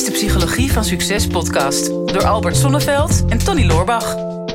de Psychologie van Succes podcast door Albert Sonneveld en Tony Loorbach.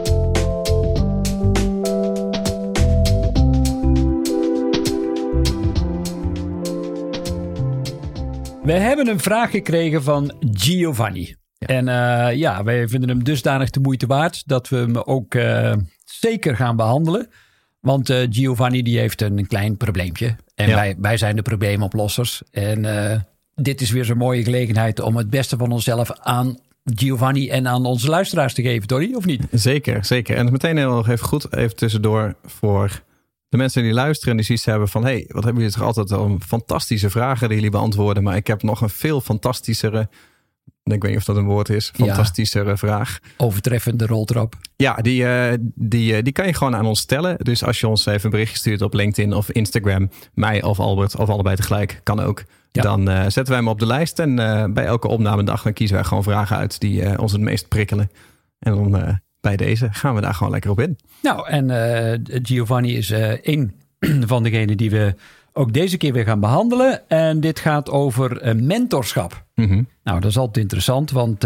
We hebben een vraag gekregen van Giovanni. Ja. En wij vinden hem dusdanig de moeite waard dat we hem ook zeker gaan behandelen. Want Giovanni die heeft een klein probleempje. En wij zijn de probleemoplossers. En dit is weer zo'n mooie gelegenheid om het beste van onszelf aan Giovanni en aan onze luisteraars te geven, Tony, of niet? Zeker, zeker. En meteen nog even tussendoor voor de mensen die luisteren en die zoiets hebben van, hey, wat hebben jullie toch altijd om fantastische vragen die jullie beantwoorden, maar ik heb nog een veel fantastischere, ik weet niet of dat een woord is, fantastischere vraag. Overtreffende roltrap. Ja, die kan je gewoon aan ons stellen. Dus als je ons even een berichtje stuurt op LinkedIn of Instagram, mij of Albert of allebei tegelijk, kan ook. Ja. Dan zetten wij hem op de lijst en bij elke opnamedag dan kiezen wij gewoon vragen uit die ons het meest prikkelen. En dan bij deze gaan we daar gewoon lekker op in. Nou, en Giovanni is één van degenen die we ook deze keer weer gaan behandelen. En dit gaat over mentorschap. Mm-hmm. Nou, dat is altijd interessant, want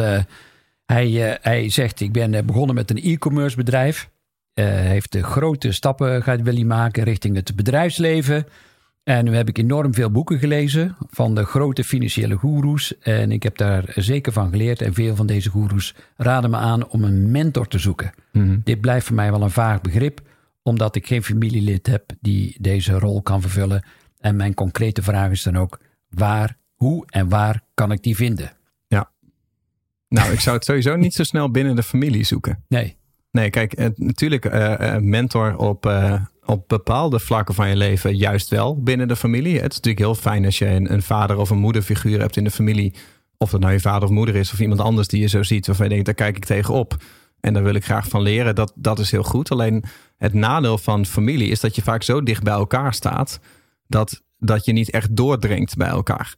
hij zegt, ik ben begonnen met een e-commerce bedrijf. Heeft grote stappen wil hij maken richting het bedrijfsleven. En nu heb ik enorm veel boeken gelezen van de grote financiële goeroes. En ik heb daar zeker van geleerd. En veel van deze goeroes raden me aan om een mentor te zoeken. Mm-hmm. Dit blijft voor mij wel een vaag begrip, omdat ik geen familielid heb die deze rol kan vervullen. En mijn concrete vraag is dan ook, hoe en waar kan ik die vinden? Ja. Nou, ik zou het sowieso niet zo snel binnen de familie zoeken. Nee, kijk, natuurlijk mentor op bepaalde vlakken van je leven juist wel binnen de familie. Het is natuurlijk heel fijn als je een vader of een moederfiguur hebt in de familie. Of dat nou je vader of moeder is of iemand anders die je zo ziet waarvan je denkt, daar kijk ik tegenop. En daar wil ik graag van leren. Dat is heel goed. Alleen het nadeel van familie is dat je vaak zo dicht bij elkaar staat dat je niet echt doordringt bij elkaar.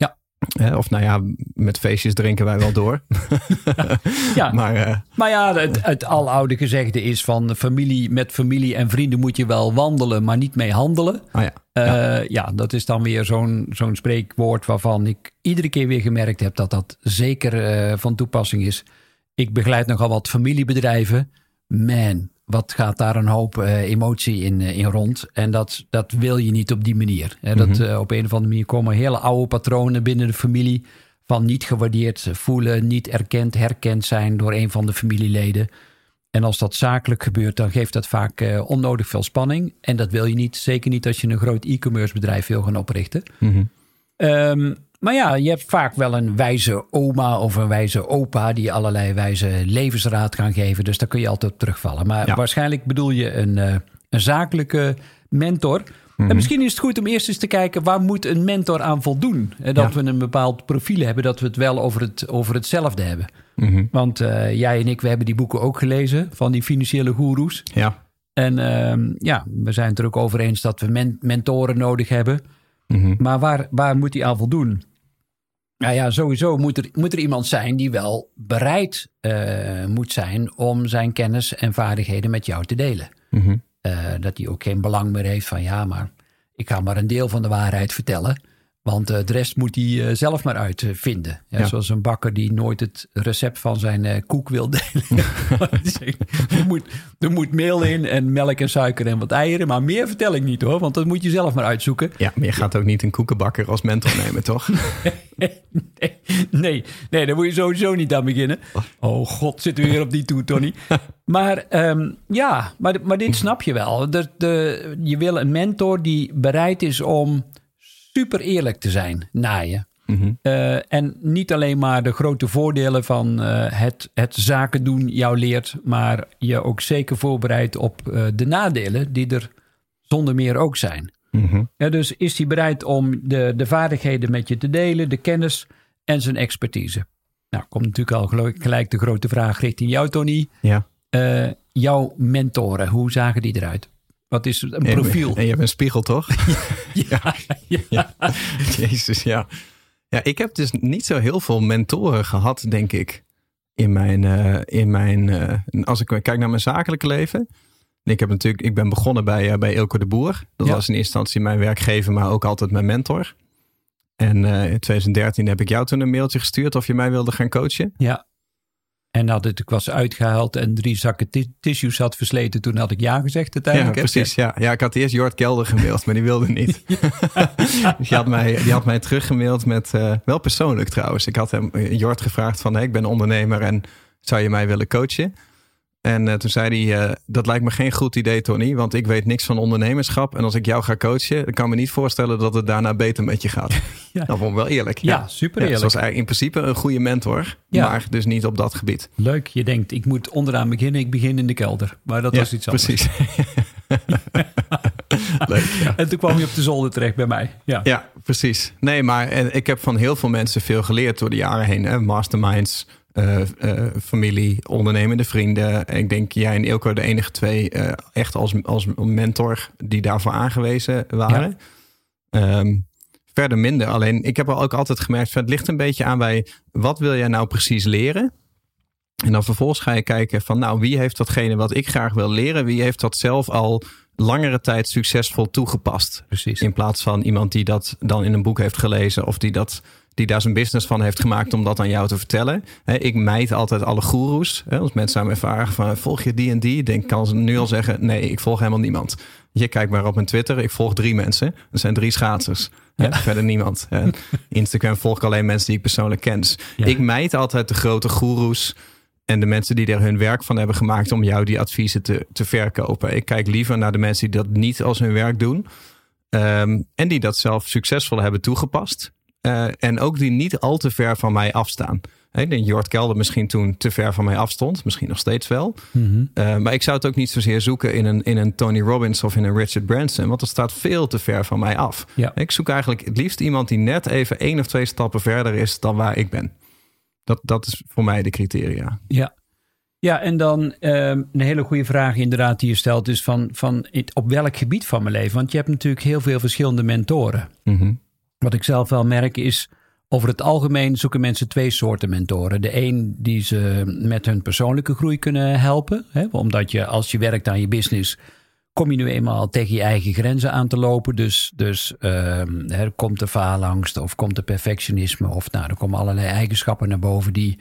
Of met feestjes drinken wij wel door. Ja. Maar het aloude gezegde is van met familie en vrienden moet je wel wandelen, maar niet mee handelen. Dat is dan weer zo'n spreekwoord waarvan ik iedere keer weer gemerkt heb dat zeker van toepassing is. Ik begeleid nogal wat familiebedrijven. Man, wat gaat daar een hoop emotie in rond. En dat wil je niet op die manier. Op een of andere manier komen hele oude patronen binnen de familie van niet gewaardeerd voelen, niet erkend, herkend zijn door een van de familieleden. En als dat zakelijk gebeurt, dan geeft dat vaak onnodig veel spanning. En dat wil je niet, zeker niet als je een groot e-commerce bedrijf wil gaan oprichten. Mm-hmm. Maar ja, je hebt vaak wel een wijze oma of een wijze opa die allerlei wijze levensraad gaan geven. Dus daar kun je altijd op terugvallen. Maar waarschijnlijk bedoel je een zakelijke mentor. Mm-hmm. En misschien is het goed om eerst eens te kijken, waar moet een mentor aan voldoen? Dat we een bepaald profiel hebben, dat we het wel over hetzelfde hebben. Mm-hmm. Want jij en ik, we hebben die boeken ook gelezen van die financiële goeroes. Ja. En we zijn het er ook over eens dat we mentoren nodig hebben. Mm-hmm. Maar waar moet hij aan voldoen? Nou ja, sowieso moet er iemand zijn die wel bereid moet zijn om zijn kennis en vaardigheden met jou te delen. Mm-hmm. Dat hij ook geen belang meer heeft van maar ik ga maar een deel van de waarheid vertellen. Want de rest moet hij zelf maar uitvinden. Zoals een bakker die nooit het recept van zijn koek wil delen. Er moet meel in en melk en suiker en wat eieren. Maar meer vertel ik niet hoor, want dat moet je zelf maar uitzoeken. Ja, maar je gaat ook niet een koekenbakker als mentor nemen, toch? Nee, daar moet je sowieso niet aan beginnen. Oh god, zitten we weer op die toe, Tony. Maar maar dit snap je wel. Je wil een mentor die bereid is om super eerlijk te zijn naar je. Mm-hmm. En niet alleen maar de grote voordelen van het zaken doen jou leert, maar je ook zeker voorbereidt op de nadelen die er zonder meer ook zijn. Mm-hmm. Dus is hij bereid om de vaardigheden met je te delen, de kennis en zijn expertise? Nou, komt natuurlijk al gelijk de grote vraag richting jou, Tony. Ja. Jouw mentoren, hoe zagen die eruit? Wat is een profiel? En je hebt een spiegel, toch? Ja. Jezus, ja. Ja, ik heb dus niet zo heel veel mentoren gehad, denk ik. In mijn als ik kijk naar mijn zakelijke leven. Ik ben begonnen bij Eelco de Boer. Dat was in eerste instantie mijn werkgever, maar ook altijd mijn mentor. En in 2013 heb ik jou toen een mailtje gestuurd of je mij wilde gaan coachen. Ja. En nadat ik was uitgehaald en 3 zakken tissues had versleten, toen had ik ja gezegd uiteindelijk. Ja, precies. Ja, ik had eerst Jort Kelder gemaild, maar die wilde niet. Dus die had mij teruggemaild met, wel persoonlijk trouwens. Ik had hem, Jort, gevraagd van, ik ben ondernemer en zou je mij willen coachen? En toen zei hij, dat lijkt me geen goed idee, Tony, want ik weet niks van ondernemerschap. En als ik jou ga coachen, dan kan ik me niet voorstellen dat het daarna beter met je gaat. Ja. Dat vond ik wel eerlijk. Ja, super eerlijk. Zoals in principe een goede mentor, maar dus niet op dat gebied. Leuk, je denkt, ik moet onderaan beginnen, ik begin in de kelder. Maar dat was iets anders. Precies. Leuk, ja. En toen kwam je op de zolder terecht bij mij. Ja, precies. Nee, maar ik heb van heel veel mensen veel geleerd door de jaren heen. Hè? Masterminds, familie, ondernemende vrienden. Ik denk jij en Eelco de enige 2 echt als mentor die daarvoor aangewezen waren. Ja. Verder minder. Alleen ik heb ook altijd gemerkt, het ligt een beetje aan bij wat wil jij nou precies leren? En dan vervolgens ga je kijken van wie heeft datgene wat ik graag wil leren? Wie heeft dat zelf al langere tijd succesvol toegepast? Precies. In plaats van iemand die dat dan in een boek heeft gelezen of die daar zijn business van heeft gemaakt om dat aan jou te vertellen. Ik mijd altijd alle goeroes. Als mensen aan mij vragen van volg je die en die? Kan ze nu al zeggen, nee, ik volg helemaal niemand. Je kijkt maar op mijn Twitter, ik volg 3 mensen. Dat zijn 3 schaatsers. Ja. Verder niemand. Instagram volg ik alleen mensen die ik persoonlijk ken. Dus ik mijd altijd de grote goeroes en de mensen die er hun werk van hebben gemaakt om jou die adviezen te verkopen. Ik kijk liever naar de mensen die dat niet als hun werk doen. En die dat zelf succesvol hebben toegepast. En ook die niet al te ver van mij afstaan. Ik denk Jort Kelder misschien toen te ver van mij afstond. Misschien nog steeds wel. Mm-hmm. Maar ik zou het ook niet zozeer zoeken in een Tony Robbins of in een Richard Branson. Want dat staat veel te ver van mij af. Ja. Ik zoek eigenlijk het liefst iemand die net even 1 of 2 stappen verder is dan waar ik ben. Dat is voor mij de criteria. Ja, en dan een hele goede vraag inderdaad die je stelt is van op welk gebied van mijn leven? Want je hebt natuurlijk heel veel verschillende mentoren. Mm-hmm. Wat ik zelf wel merk is, over het algemeen zoeken mensen 2 soorten mentoren. De een die ze met hun persoonlijke groei kunnen helpen. Omdat je als je werkt aan je business, kom je nu eenmaal tegen je eigen grenzen aan te lopen. Dus komt de faalangst of komt de perfectionisme. Of er komen allerlei eigenschappen naar boven die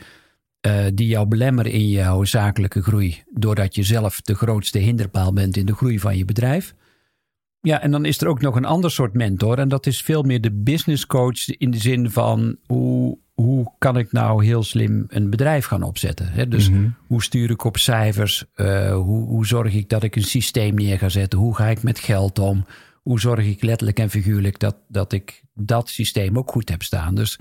jou belemmeren in jouw zakelijke groei. Doordat je zelf de grootste hinderpaal bent in de groei van je bedrijf. Ja, en dan is er ook nog een ander soort mentor. En dat is veel meer de business coach in de zin van hoe kan ik nou heel slim een bedrijf gaan opzetten? Dus hoe stuur ik op cijfers? Hoe zorg ik dat ik een systeem neer ga zetten? Hoe ga ik met geld om? Hoe zorg ik letterlijk en figuurlijk dat ik dat systeem ook goed heb staan? Dus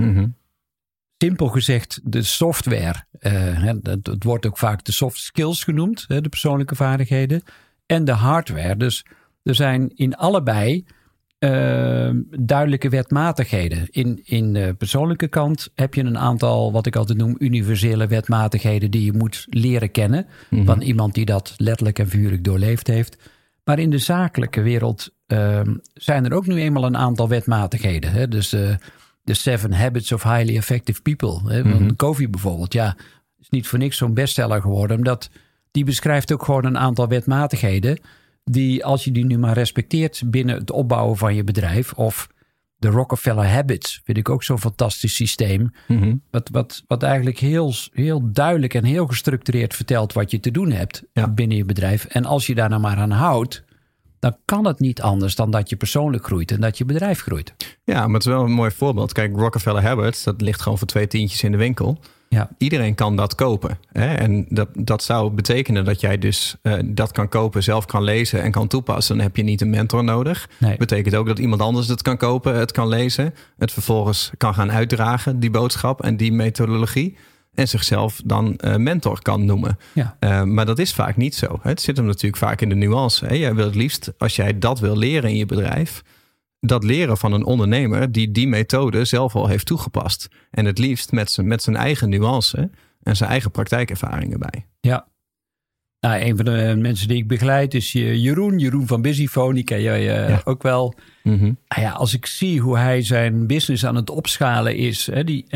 simpel gezegd, de software. Het wordt ook vaak de soft skills genoemd, de persoonlijke vaardigheden. En de hardware. Dus er zijn in allebei duidelijke wetmatigheden. In de persoonlijke kant heb je een aantal, wat ik altijd noem, universele wetmatigheden die je moet leren kennen. Van iemand die dat letterlijk en figuurlijk doorleefd heeft. Maar in de zakelijke wereld zijn er ook nu eenmaal een aantal wetmatigheden. Dus de 7 Habits of Highly Effective People. Van Covey bijvoorbeeld. Ja, is niet voor niks zo'n bestseller geworden. Omdat die beschrijft ook gewoon een aantal wetmatigheden die, als je die nu maar respecteert binnen het opbouwen van je bedrijf, of de Rockefeller Habits, vind ik ook zo'n fantastisch systeem. Wat eigenlijk heel duidelijk en heel gestructureerd vertelt wat je te doen hebt binnen je bedrijf. En als je daar nou maar aan houdt, dan kan het niet anders dan dat je persoonlijk groeit en dat je bedrijf groeit. Ja, maar het is wel een mooi voorbeeld. Kijk, Rockefeller Habits, dat ligt gewoon voor 2 tientjes in de winkel. Ja. Iedereen kan dat kopen. Hè? En dat zou betekenen dat jij dus dat kan kopen, zelf kan lezen en kan toepassen. Dan heb je niet een mentor nodig. Nee. Betekent ook dat iemand anders het kan kopen, het kan lezen. Het vervolgens kan gaan uitdragen, die boodschap en die methodologie. En zichzelf dan mentor kan noemen. Ja. Maar dat is vaak niet zo. Het zit hem natuurlijk vaak in de nuance. Hè? Jij wil het liefst, als jij dat wil leren in je bedrijf, dat leren van een ondernemer die methode zelf al heeft toegepast. En het liefst met zijn eigen nuance en zijn eigen praktijkervaringen bij. Ja. Nou, een van de mensen die ik begeleid is Jeroen van Busyphone. Die ken jij ook wel. Mm-hmm. Als ik zie hoe hij zijn business aan het opschalen is.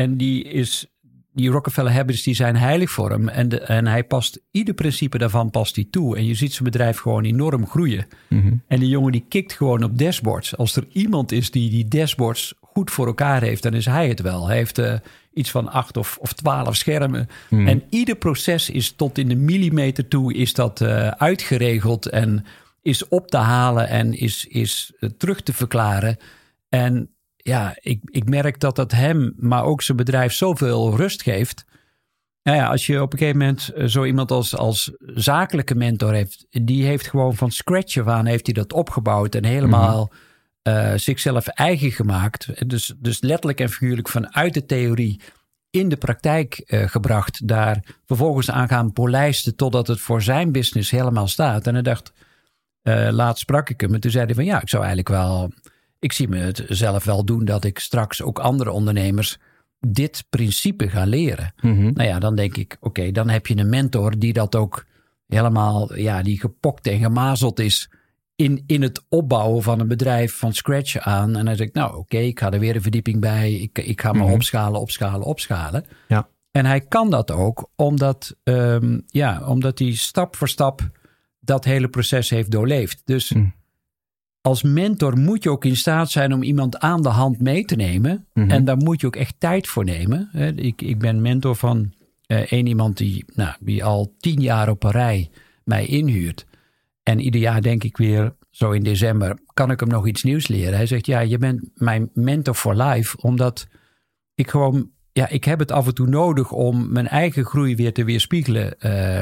Die Rockefeller Habits die zijn heilig voor hem. En hij past ieder principe daarvan past hij toe. En je ziet zijn bedrijf gewoon enorm groeien. Mm-hmm. En die jongen die kikt gewoon op dashboards. Als er iemand is die dashboards goed voor elkaar heeft, dan is hij het wel. Hij heeft iets van 8 of 12 schermen. En ieder proces is tot in de millimeter toe is dat uitgeregeld en is op te halen en is terug te verklaren. En ja, ik merk dat hem, maar ook zijn bedrijf zoveel rust geeft. Nou ja, als je op een gegeven moment zo iemand als zakelijke mentor heeft, die heeft gewoon van scratch af aan heeft hij dat opgebouwd en helemaal zichzelf eigen gemaakt. Dus letterlijk en figuurlijk vanuit de theorie in de praktijk gebracht. Daar vervolgens aan gaan polijsten totdat het voor zijn business helemaal staat. En hij dacht, laatst sprak ik hem en toen zei hij van ja, ik zie me het zelf wel doen dat ik straks ook andere ondernemers dit principe ga leren. Nou ja, dan denk ik, oké, dan heb je een mentor die dat ook helemaal, ja, die gepokt en gemazeld is in het opbouwen van een bedrijf van scratch aan. En dan zeg ik, nou oké, ik ga er weer een verdieping bij. Ik ga me opschalen. Ja. En hij kan dat ook, omdat hij stap voor stap dat hele proces heeft doorleefd. Dus als mentor moet je ook in staat zijn om iemand aan de hand mee te nemen. En daar moet je ook echt tijd voor nemen. Ik ben mentor van iemand die al 10 jaar op een rij mij inhuurt. En ieder jaar denk ik weer, zo in december, kan ik hem nog iets nieuws leren. Hij zegt, ja, je bent mijn mentor for life. Omdat ik gewoon, ja, ik heb het af en toe nodig om mijn eigen groei weer te weerspiegelen.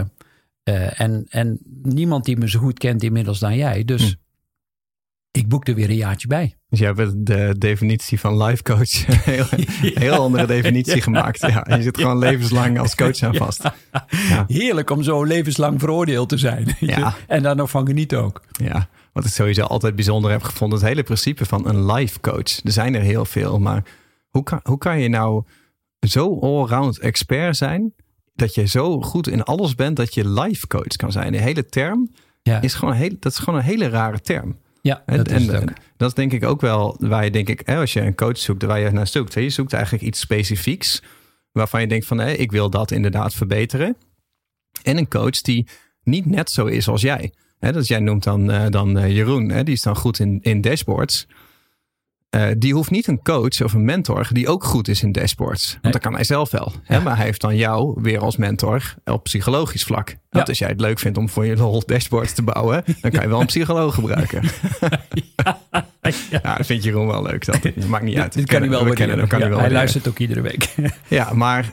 En niemand die me zo goed kent inmiddels dan jij. Dus ik boek er weer een jaartje bij. Dus jij hebt de definitie van life coach heel andere definitie gemaakt. Ja, je zit gewoon levenslang als coach aan vast. Ja. Heerlijk om zo levenslang veroordeeld te zijn. Ja. En daar nog van genieten ook. Ja, wat ik sowieso altijd bijzonder heb gevonden, het hele principe van een life coach. Er zijn er heel veel, maar hoe kan je nou zo allround expert zijn, dat je zo goed in alles bent dat je life coach kan zijn? De hele term is gewoon een hele rare term. Ja, dat is denk ik ook wel waar je, denk ik, als je een coach zoekt, waar je naar zoekt. Je zoekt eigenlijk iets specifieks waarvan je denkt van, ik wil dat inderdaad verbeteren. En een coach die niet net zo is als jij. Dus jij noemt dan Jeroen, die is dan goed in dashboards. Die hoeft niet een coach of een mentor die ook goed is in dashboards. Want dat kan hij zelf wel. Ja. Maar hij heeft dan jou weer als mentor op psychologisch vlak. Ja. Als jij het leuk vindt om voor je lol dashboards te bouwen, dan kan je wel een psycholoog gebruiken. Ja, dat vindt Jeroen wel leuk. Dat maakt niet uit. Dit kan hij wel waarderen. Hij luistert ook iedere week. Ja, maar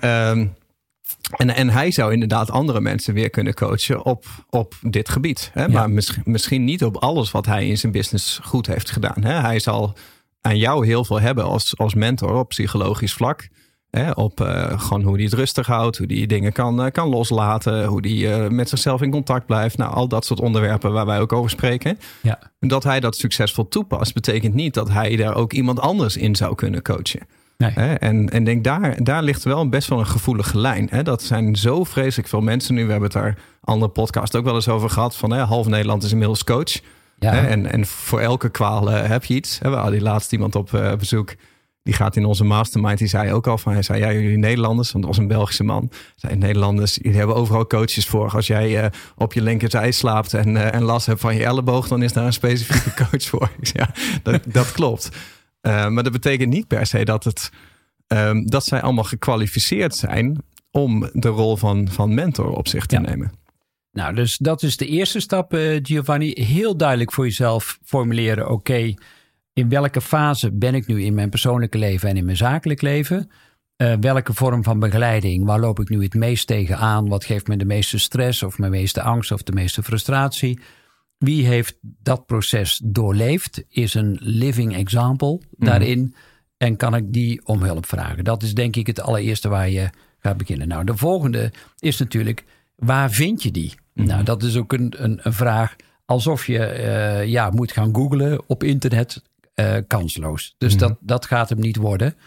en hij zou inderdaad andere mensen weer kunnen coachen op dit gebied. Hè? Ja. Maar misschien niet op alles wat hij in zijn business goed heeft gedaan. Hè? Hij zal aan jou heel veel hebben als mentor op psychologisch vlak. Op gewoon hoe hij het rustig houdt, hoe hij dingen kan loslaten, hoe hij met zichzelf in contact blijft. Nou, al dat soort onderwerpen waar wij ook over spreken. Ja. Dat hij dat succesvol toepast, betekent niet dat hij daar ook iemand anders in zou kunnen coachen. Nee. En denk daar ligt wel best wel een gevoelige lijn. Dat zijn zo vreselijk veel mensen nu. We hebben het daar andere podcast ook wel eens over gehad. Van half Nederland is inmiddels coach. Ja. En voor elke kwaal heb je iets. We hadden die laatst iemand op bezoek. Die gaat in onze mastermind. Die zei ook al van, hij zei, ja, jullie Nederlanders, want dat was een Belgische man. Zei, Nederlanders, jullie hebben overal coaches voor. Als jij op je linkerzij slaapt en last hebt van je elleboog, dan is daar een specifieke coach voor. Ja, dat klopt. Maar dat betekent niet per se dat zij allemaal gekwalificeerd zijn om de rol van mentor op zich te nemen. Nou, dus dat is de eerste stap, Giovanni. Heel duidelijk voor jezelf formuleren. Oké, in welke fase ben ik nu in mijn persoonlijke leven en in mijn zakelijk leven? Welke vorm van begeleiding? Waar loop ik nu het meest tegenaan? Wat geeft me de meeste stress of mijn meeste angst of de meeste frustratie? Wie heeft dat proces doorleefd? Is een living example daarin? En kan ik die om hulp vragen? Dat is denk ik het allereerste waar je gaat beginnen. Nou, de volgende is natuurlijk, waar vind je die? Nou, dat is ook een vraag alsof je moet gaan googlen op internet. Kansloos. Dus dat gaat hem niet worden.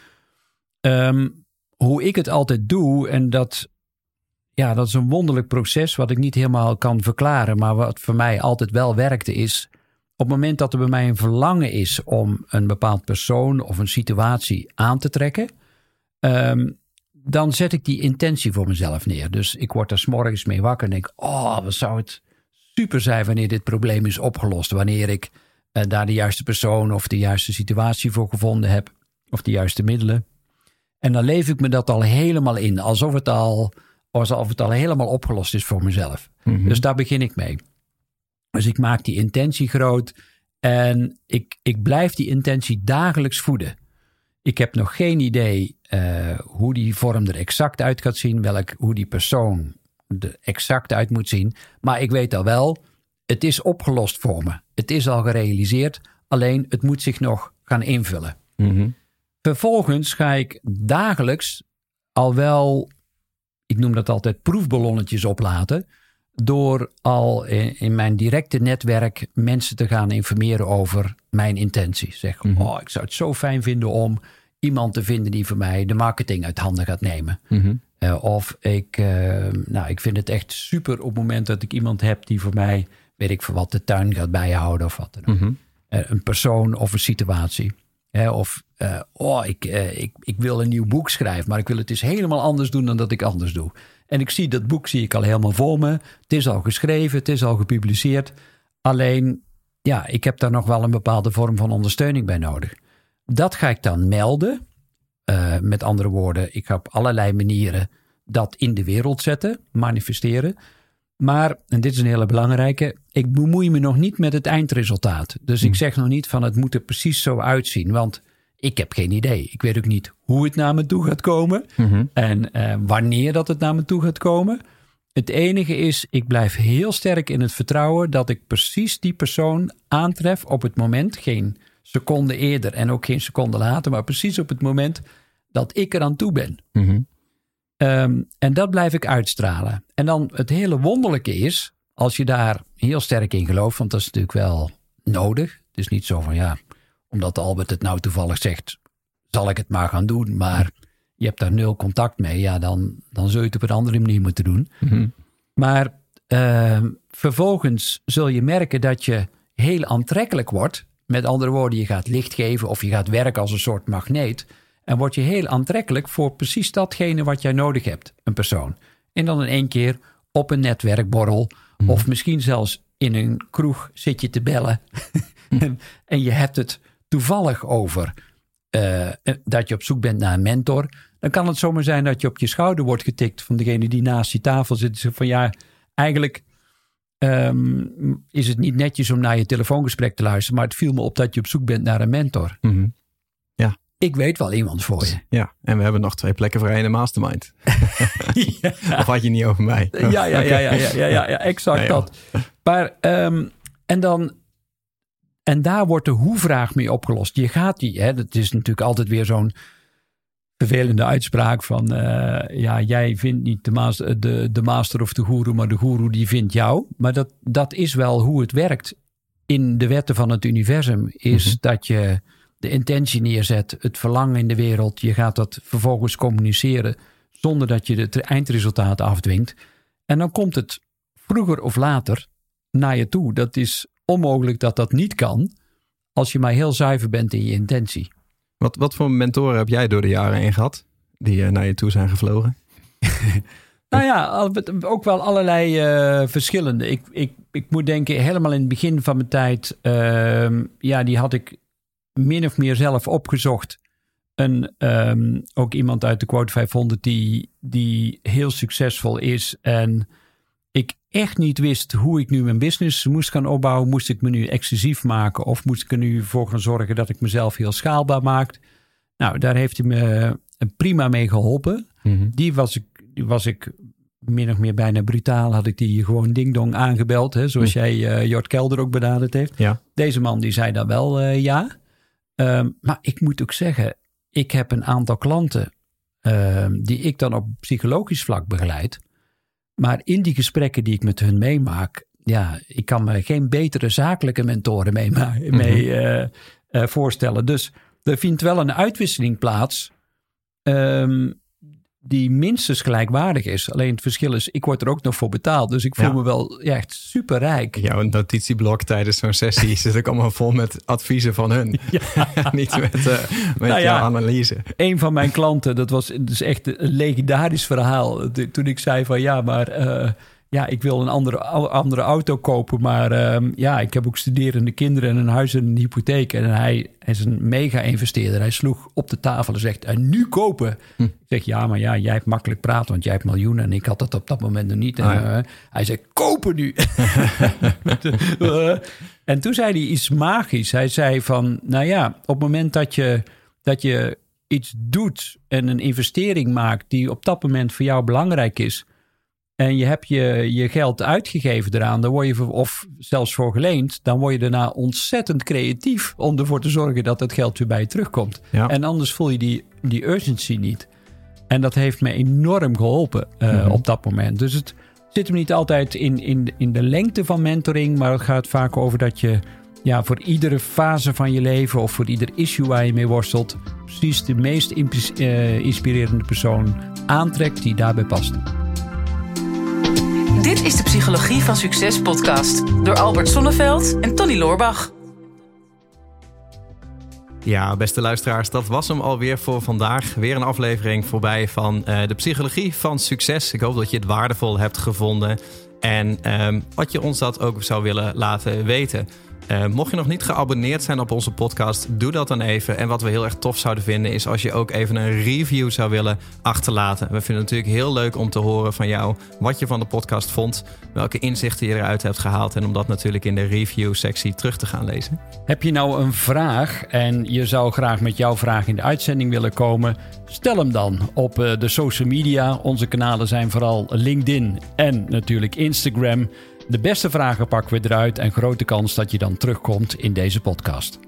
Hoe ik het altijd doe, en dat is een wonderlijk proces wat ik niet helemaal kan verklaren, maar wat voor mij altijd wel werkte, is op het moment dat er bij mij een verlangen is om een bepaald persoon of een situatie aan te trekken, dan zet ik die intentie voor mezelf neer. Dus ik word er 's morgens mee wakker en denk, wat zou het super zijn wanneer dit probleem is opgelost, wanneer ik daar de juiste persoon of de juiste situatie voor gevonden heb. of de juiste middelen. En dan leef ik me dat al helemaal in. Alsof het al helemaal opgelost is voor mezelf. Mm-hmm. Dus daar begin ik mee. Dus ik maak die intentie groot. En ik blijf die intentie dagelijks voeden. Ik heb nog geen idee hoe die vorm er exact uit gaat zien. Hoe die persoon er exact uit moet zien. Maar ik weet al wel, het is opgelost voor me. Het is al gerealiseerd. Alleen het moet zich nog gaan invullen. Mm-hmm. Vervolgens ga ik dagelijks al wel, ik noem dat altijd proefballonnetjes oplaten. Door al in mijn directe netwerk mensen te gaan informeren over mijn intentie. Zeg, mm-hmm. Ik zou het zo fijn vinden om iemand te vinden die voor mij de marketing uit handen gaat nemen. Mm-hmm. Ik vind het echt super op het moment dat ik iemand heb die voor mij, weet ik veel wat, de tuin gaat bijhouden of wat dan ook. Mm-hmm. Een persoon of een situatie. Ik wil een nieuw boek schrijven, maar ik wil het eens helemaal anders doen dan dat ik anders doe. En dat boek zie ik al helemaal voor me. Het is al geschreven, het is al gepubliceerd. Alleen, ik heb daar nog wel een bepaalde vorm van ondersteuning bij nodig. Dat ga ik dan melden. Met andere woorden, ik ga op allerlei manieren dat in de wereld zetten, manifesteren. Maar, en dit is een hele belangrijke, ik bemoei me nog niet met het eindresultaat. Dus ik zeg nog niet van het moet er precies zo uitzien. Want ik heb geen idee. Ik weet ook niet hoe het naar me toe gaat komen. Mm-hmm. En wanneer dat het naar me toe gaat komen. Het enige is, ik blijf heel sterk in het vertrouwen dat ik precies die persoon aantref op het moment. Geen seconde eerder en ook geen seconde later. Maar precies op het moment dat ik eraan toe ben. Mm-hmm. En dat blijf ik uitstralen. En dan het hele wonderlijke is, als je daar heel sterk in gelooft, want dat is natuurlijk wel nodig. Het is niet zo van omdat Albert het nou toevallig zegt, zal ik het maar gaan doen. Maar je hebt daar 0 contact mee. Dan zul je het op een andere manier moeten doen. Mm-hmm. Maar vervolgens zul je merken dat je heel aantrekkelijk wordt. Met andere woorden, je gaat licht geven of je gaat werken als een soort magneet. En word je heel aantrekkelijk voor precies datgene wat jij nodig hebt, een persoon. En dan in één keer op een netwerkborrel of misschien zelfs in een kroeg zit je te bellen. en je hebt het toevallig over dat je op zoek bent naar een mentor. Dan kan het zomaar zijn dat je op je schouder wordt getikt van degene die naast je tafel zit. Van eigenlijk is het niet netjes om naar je telefoongesprek te luisteren, maar het viel me op dat je op zoek bent naar een mentor. Mm-hmm. Ja. Ik weet wel iemand voor je. Ja, en we hebben nog 2 plekken vrij in de mastermind. Ja. Of had je niet over mij? Ja, exact dat. Maar, en daar wordt de hoe-vraag mee opgelost. Je gaat dat is natuurlijk altijd weer zo'n vervelende uitspraak van, jij vindt niet de master of de goeroe, maar de goeroe die vindt jou. Maar dat is wel hoe het werkt in de wetten van het universum. Is dat je de intentie neerzet, het verlangen in de wereld. Je gaat dat vervolgens communiceren zonder dat je het eindresultaat afdwingt. En dan komt het vroeger of later naar je toe. Dat is onmogelijk dat dat niet kan als je maar heel zuiver bent in je intentie. Wat voor mentoren heb jij door de jaren heen gehad die naar je toe zijn gevlogen? Ook wel allerlei verschillende. Ik moet denken, helemaal in het begin van mijn tijd, die had ik min of meer zelf opgezocht. Ook iemand uit de Quote 500 die heel succesvol is. En ik echt niet wist hoe ik nu mijn business moest gaan opbouwen. Moest ik me nu exclusief maken? Of moest ik er nu voor gaan zorgen dat ik mezelf heel schaalbaar maak? Nou, daar heeft hij me prima mee geholpen. Mm-hmm. Die was ik min of meer bijna brutaal. Had ik die gewoon ding-dong aangebeld. Hè, zoals jij Jort Kelder ook benaderd heeft. Ja. Deze man die zei dan wel ja. Maar ik moet ook zeggen, ik heb een aantal klanten die ik dan op psychologisch vlak begeleid. Maar in die gesprekken die ik met hun meemaak, ik kan me geen betere zakelijke mentoren mee voorstellen. Dus er vindt wel een uitwisseling plaats die minstens gelijkwaardig is. Alleen het verschil is, ik word er ook nog voor betaald. Dus ik voel me wel echt superrijk. Jouw notitieblok tijdens zo'n sessie zit ook allemaal vol met adviezen van hun. Ja. Niet met jouw analyse. Een van mijn klanten, dat is echt een legendarisch verhaal. Toen ik zei van ik wil een andere auto kopen. Maar ik heb ook studerende kinderen en een huis en een hypotheek. En hij is een mega-investeerder. Hij sloeg op de tafel en zegt, en nu kopen. Ik zeg, jij hebt makkelijk praten, want jij hebt miljoenen. En ik had dat op dat moment nog niet. En, hij zei, kopen nu. En toen zei hij iets magisch. Hij zei van, op het moment dat je iets doet en een investering maakt die op dat moment voor jou belangrijk is en je hebt je geld uitgegeven eraan, dan word je of zelfs voor geleend, dan word je daarna ontzettend creatief om ervoor te zorgen dat het geld weer bij je terugkomt. Ja. En anders voel je die urgency niet. En dat heeft me enorm geholpen op dat moment. Dus het zit hem niet altijd in de lengte van mentoring, maar het gaat vaak over dat je voor iedere fase van je leven of voor ieder issue waar je mee worstelt, precies de meest inspirerende persoon aantrekt die daarbij past. Dit is de Psychologie van Succes podcast door Albert Sonneveld en Tony Loorbach. Ja, beste luisteraars, dat was hem alweer voor vandaag. Weer een aflevering voorbij van de Psychologie van Succes. Ik hoop dat je het waardevol hebt gevonden en wat je ons dat ook zou willen laten weten. Mocht je nog niet geabonneerd zijn op onze podcast, doe dat dan even. En wat we heel erg tof zouden vinden is als je ook even een review zou willen achterlaten. We vinden het natuurlijk heel leuk om te horen van jou wat je van de podcast vond, welke inzichten je eruit hebt gehaald en om dat natuurlijk in de review-sectie terug te gaan lezen. Heb je nou een vraag en je zou graag met jouw vraag in de uitzending willen komen? Stel hem dan op de social media. Onze kanalen zijn vooral LinkedIn en natuurlijk Instagram. De beste vragen pakken we eruit en grote kans dat je dan terugkomt in deze podcast.